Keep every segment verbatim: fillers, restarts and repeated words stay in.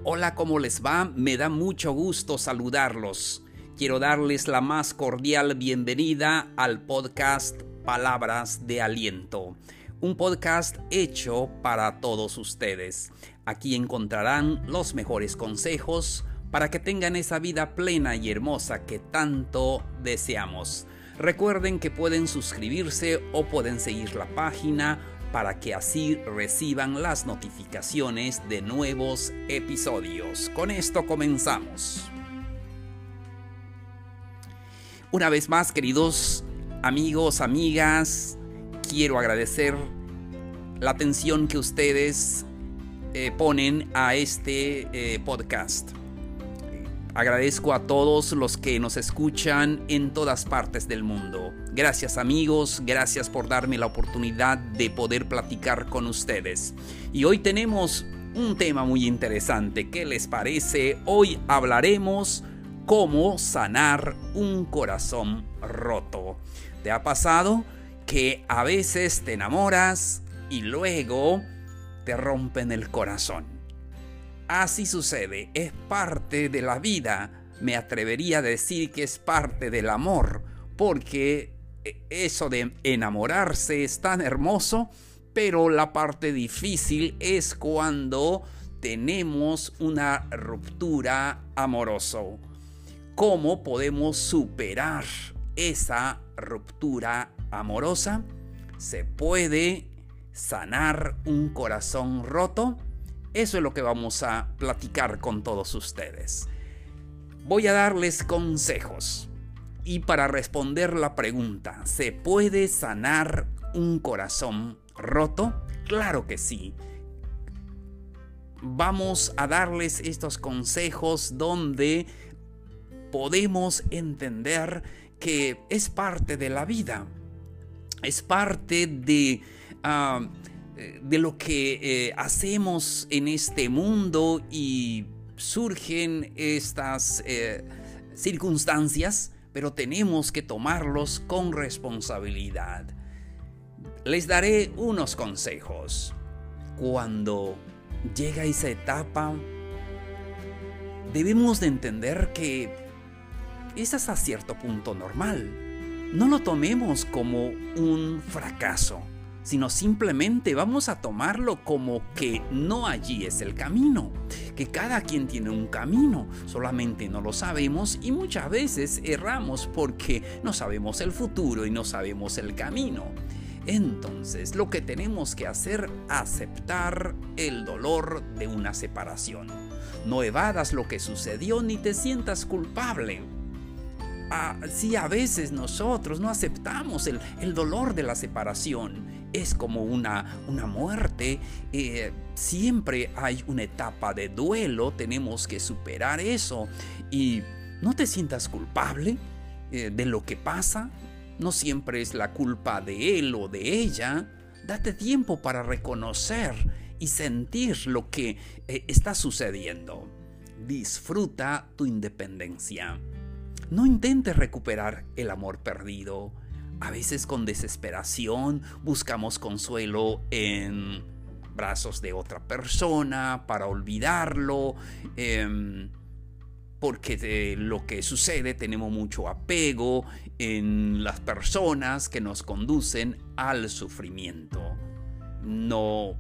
Hola, ¿cómo les va? Me da mucho gusto saludarlos. Quiero darles la más cordial bienvenida al podcast Palabras de Aliento, un podcast hecho para todos ustedes. Aquí encontrarán los mejores consejos para que tengan esa vida plena y hermosa que tanto deseamos. Recuerden que pueden suscribirse o pueden seguir la página para que así reciban las notificaciones de nuevos episodios. Con esto comenzamos. Una vez más, queridos amigos, amigas, quiero agradecer la atención que ustedes eh, ponen a este eh, podcast. Agradezco a todos los que nos escuchan en todas partes del mundo. Gracias, amigos, gracias por darme la oportunidad de poder platicar con ustedes. Y hoy tenemos un tema muy interesante. ¿Qué les parece? Hoy hablaremos cómo sanar un corazón roto. ¿Te ha pasado que a veces te enamoras y luego te rompen el corazón? Así sucede, es parte de la vida, me atrevería a decir que es parte del amor, porque eso de enamorarse es tan hermoso, pero la parte difícil es cuando tenemos una ruptura amorosa. ¿Cómo podemos superar esa ruptura amorosa? ¿Se puede sanar un corazón roto? Eso es lo que vamos a platicar con todos ustedes. Voy a darles consejos. Y para responder la pregunta, ¿se puede sanar un corazón roto? Claro que sí. Vamos a darles estos consejos donde podemos entender que es parte de la vida. Es parte de... Uh, de lo que eh, hacemos en este mundo y surgen estas eh, circunstancias, pero tenemos que tomarlos con responsabilidad. Les daré unos consejos. Cuando llega esa etapa, debemos de entender que es hasta cierto punto normal. No lo tomemos como un fracaso, sino simplemente vamos a tomarlo como que no allí es el camino, que cada quien tiene un camino, solamente no lo sabemos y muchas veces erramos porque no sabemos el futuro y no sabemos el camino. Entonces, lo que tenemos que hacer es aceptar el dolor de una separación. No evadas lo que sucedió ni te sientas culpable. Ah, sí, a veces nosotros no aceptamos el, el dolor de la separación. Es como una, una muerte. Eh, siempre hay una etapa de duelo. Tenemos que superar eso. Y no te sientas culpable eh, de lo que pasa. No siempre es la culpa de él o de ella. Date tiempo para reconocer y sentir lo que eh, está sucediendo. Disfruta tu independencia. No intentes recuperar el amor perdido. A veces con desesperación buscamos consuelo en brazos de otra persona para olvidarlo, eh, porque de lo que sucede tenemos mucho apego en las personas que nos conducen al sufrimiento. No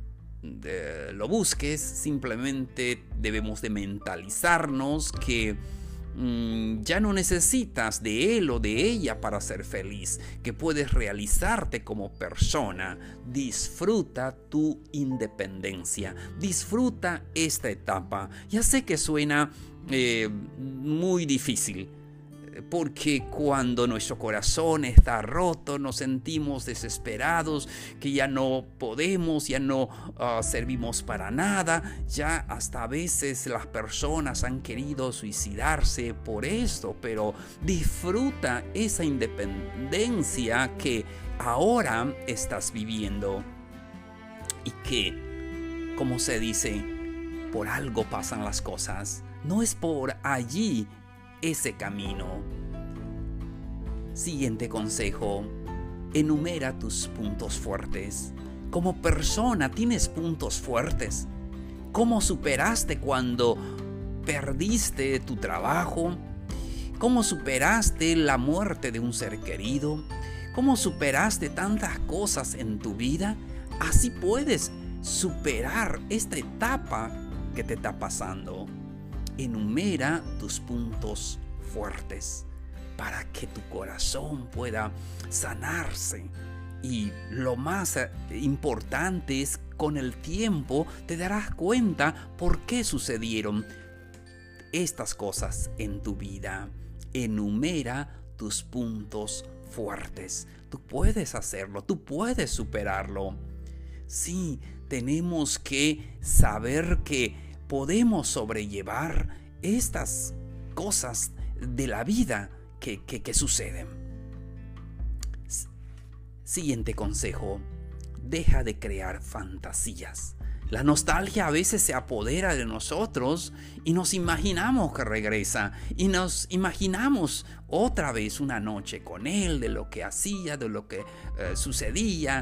eh, lo busques, simplemente debemos de mentalizarnos que ya no necesitas de él o de ella para ser feliz, que puedes realizarte como persona. Disfruta tu independencia, disfruta esta etapa. Ya sé que suena eh, muy difícil, porque cuando nuestro corazón está roto nos sentimos desesperados, que ya no podemos, ya no uh, servimos para nada, ya hasta a veces las personas han querido suicidarse por esto, pero disfruta esa independencia que ahora estás viviendo y que, como se dice, por algo pasan las cosas, no es por allí ese camino. Siguiente consejo: enumera tus puntos fuertes. Como persona tienes puntos fuertes. ¿Cómo superaste cuando perdiste tu trabajo? ¿Cómo superaste la muerte de un ser querido? ¿Cómo superaste tantas cosas en tu vida? Así puedes superar esta etapa que te está pasando. Enumera tus puntos fuertes para que tu corazón pueda sanarse. Y lo más importante es, con el tiempo te darás cuenta por qué sucedieron estas cosas en tu vida. Enumera tus puntos fuertes. Tú puedes hacerlo, tú puedes superarlo. Sí, tenemos que saber que podemos sobrellevar estas cosas de la vida que, que, que suceden. Siguiente consejo: deja de crear fantasías. La nostalgia a veces se apodera de nosotros y nos imaginamos que regresa y nos imaginamos otra vez una noche con él, de lo que hacía, de lo que eh, sucedía.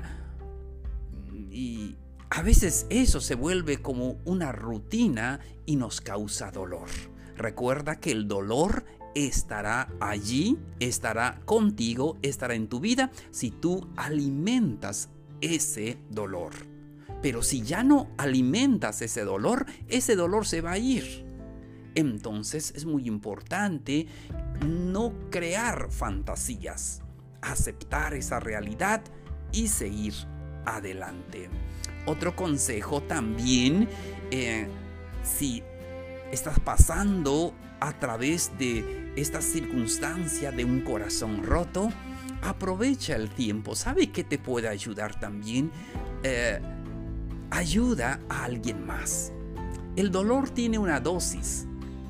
Y a veces eso se vuelve como una rutina y nos causa dolor. Recuerda que el dolor estará allí, estará contigo, estará en tu vida si tú alimentas ese dolor. Pero si ya no alimentas ese dolor, ese dolor se va a ir. Entonces es muy importante no crear fantasías, aceptar esa realidad y seguir adelante. Otro consejo también, eh, si estás pasando a través de esta circunstancia de un corazón roto, aprovecha el tiempo. ¿Sabe qué te puede ayudar también? Eh, ayuda a alguien más. El dolor tiene una dosis.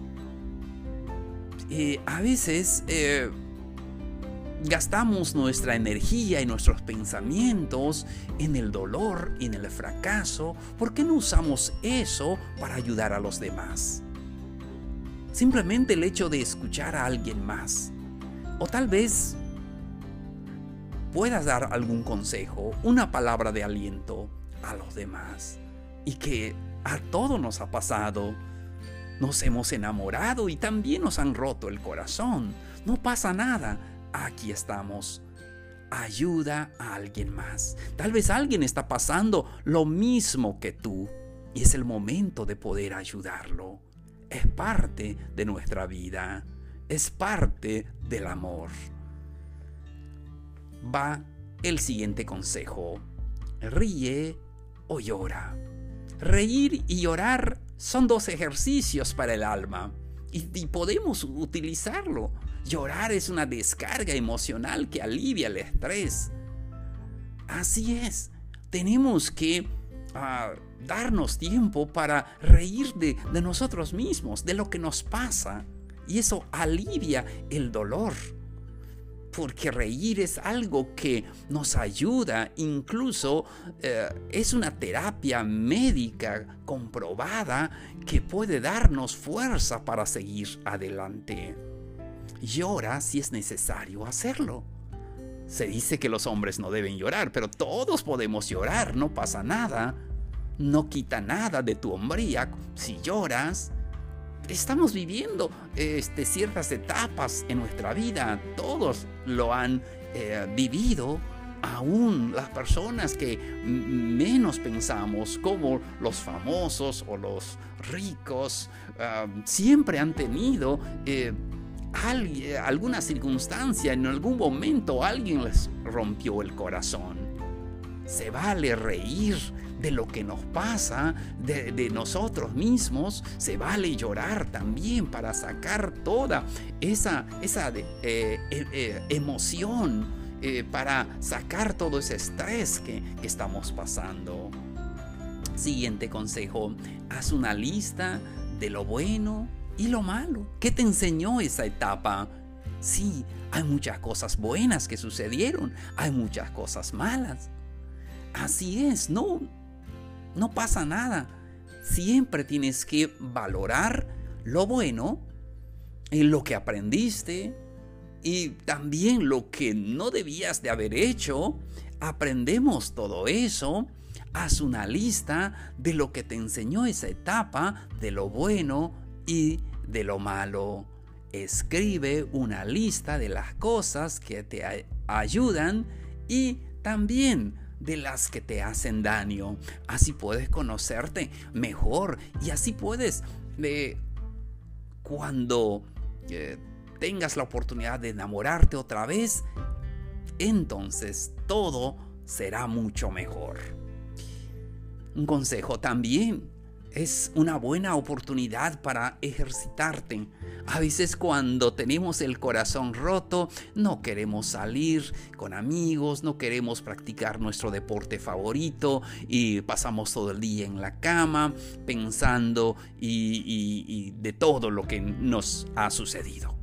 Eh, a veces eh, gastamos nuestra energía y nuestros pensamientos en el dolor y en el fracaso. ¿Por qué no usamos eso para ayudar a los demás? Simplemente el hecho de escuchar a alguien más, o tal vez puedas dar algún consejo, una palabra de aliento a los demás. Y que a todos nos ha pasado. Nos hemos enamorado y también nos han roto el corazón. No pasa nada. Aquí estamos. Ayuda a alguien más. Tal vez alguien está pasando lo mismo que tú y es el momento de poder ayudarlo. Es parte de nuestra vida. Es parte del amor. Va el siguiente consejo. Ríe o llora. Reír y llorar son dos ejercicios para el alma y, y podemos utilizarlo. Llorar es una descarga emocional que alivia el estrés. Así es, tenemos que uh, darnos tiempo para reír de, de nosotros mismos, de lo que nos pasa, y eso alivia el dolor. Porque reír es algo que nos ayuda, incluso eh, es una terapia médica comprobada que puede darnos fuerza para seguir adelante. Llora si es necesario hacerlo. Se dice que los hombres no deben llorar, pero todos podemos llorar, no pasa nada. No quita nada de tu hombría si lloras. Estamos viviendo este, ciertas etapas en nuestra vida. Todos lo han eh, vivido. Aún las personas que m- menos pensamos, como los famosos o los ricos, uh, siempre han tenido eh, al- alguna circunstancia. En algún momento alguien les rompió el corazón. Se vale reír de lo que nos pasa, de, de nosotros mismos. Se vale llorar también para sacar toda esa, esa eh, eh, eh, emoción, eh, para sacar todo ese estrés que, que estamos pasando. Siguiente consejo: haz una lista de lo bueno y lo malo. ¿Qué te enseñó esa etapa? Sí, hay muchas cosas buenas que sucedieron, hay muchas cosas malas. Así es, no, no pasa nada. Siempre tienes que valorar lo bueno, y lo que aprendiste, y también lo que no debías de haber hecho. aprendemos todo eso, haz una lista de lo que te enseñó esa etapa, de lo bueno y de lo malo. Escribe una lista de las cosas que te ayudan y también de las que te hacen daño. Así puedes conocerte mejor y así puedes, eh, cuando eh, tengas la oportunidad de enamorarte otra vez, entonces todo será mucho mejor. Un consejo también: es una buena oportunidad para ejercitarte. A veces cuando tenemos el corazón roto, no queremos salir con amigos, no queremos practicar nuestro deporte favorito y pasamos todo el día en la cama pensando y, y, y de todo lo que nos ha sucedido.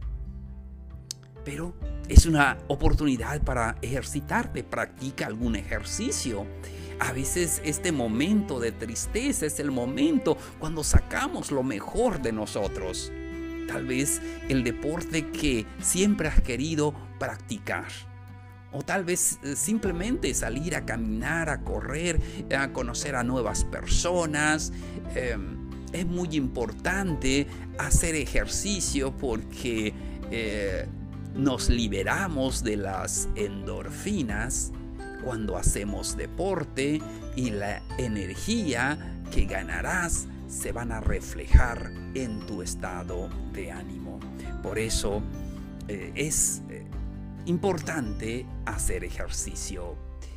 Pero es una oportunidad para ejercitarte. Practica algún ejercicio. A veces este momento de tristeza es el momento cuando sacamos lo mejor de nosotros. Tal vez el deporte que siempre has querido practicar. O tal vez simplemente salir a caminar, a correr, a conocer a nuevas personas. Eh, es muy importante hacer ejercicio porque eh, nos liberamos de las endorfinas cuando hacemos deporte, y la energía que ganarás se van a reflejar en tu estado de ánimo. Por eso eh, es eh, importante hacer ejercicio.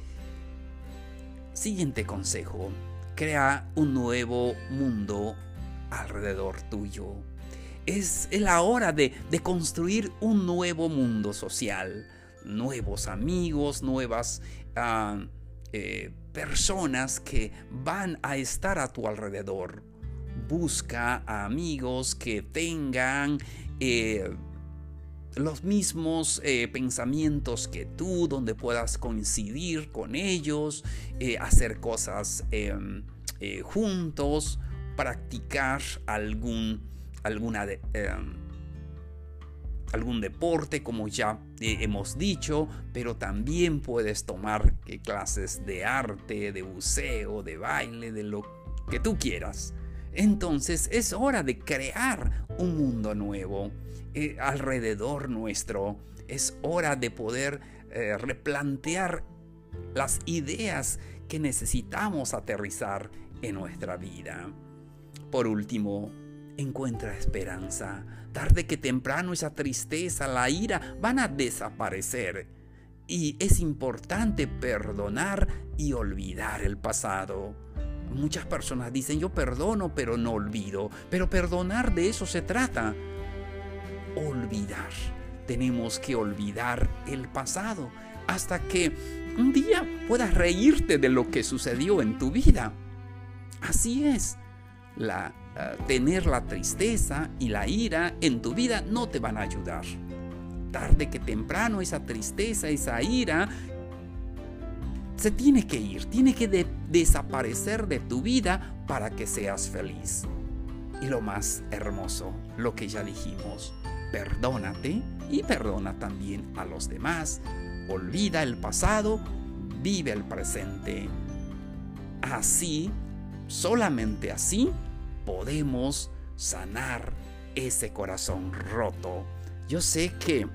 Siguiente consejo: crea un nuevo mundo alrededor tuyo. Es la hora de, de construir un nuevo mundo social. Nuevos amigos, nuevas uh, eh, personas que van a estar a tu alrededor. Busca a amigos que tengan eh, los mismos eh, pensamientos que tú, donde puedas coincidir con ellos, eh, hacer cosas eh, eh, juntos, practicar algún, alguna de, eh, algún deporte, como ya eh, hemos dicho, pero también puedes tomar eh, clases de arte, de buceo, de baile, de lo que tú quieras. Entonces es hora de crear un mundo nuevo eh, alrededor nuestro. Es hora de poder eh, replantear las ideas que necesitamos aterrizar en nuestra vida. Por último, encuentra esperanza. Tarde que temprano esa tristeza, la ira van a desaparecer. Y es importante perdonar y olvidar el pasado. Muchas personas dicen: yo perdono pero no olvido. Pero perdonar, de eso se trata. Olvidar. Tenemos que olvidar el pasado hasta que un día puedas reírte de lo que sucedió en tu vida. Así es. La Uh, tener la tristeza y la ira en tu vida no te van a ayudar. Tarde que temprano esa tristeza, esa ira se tiene que ir, tiene que de- desaparecer de tu vida para que seas feliz. Y lo más hermoso, lo que ya dijimos: perdónate y perdona también a los demás. Olvida el pasado, vive el presente. Así, solamente así, podemos sanar ese corazón roto. Yo sé que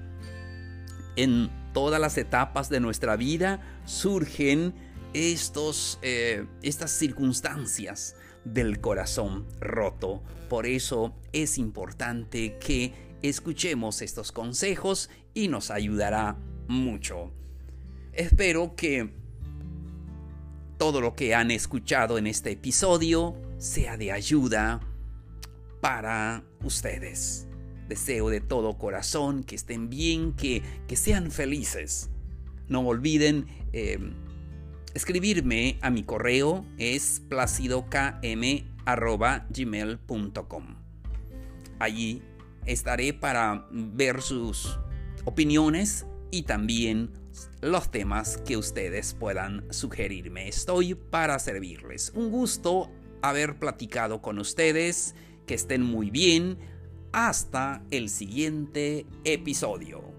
en todas las etapas de nuestra vida surgen estos, eh, estas circunstancias del corazón roto. Por eso es importante que escuchemos estos consejos y nos ayudará mucho. Espero que todo lo que han escuchado en este episodio sea de ayuda para ustedes. Deseo de todo corazón que estén bien, que, que sean felices. No olviden eh, escribirme a mi correo, es placidokm arroba gmail punto com. Allí estaré para ver sus opiniones y también los temas que ustedes puedan sugerirme. Estoy para servirles. Un gusto haber platicado con ustedes. Que estén muy bien. Hasta el siguiente episodio.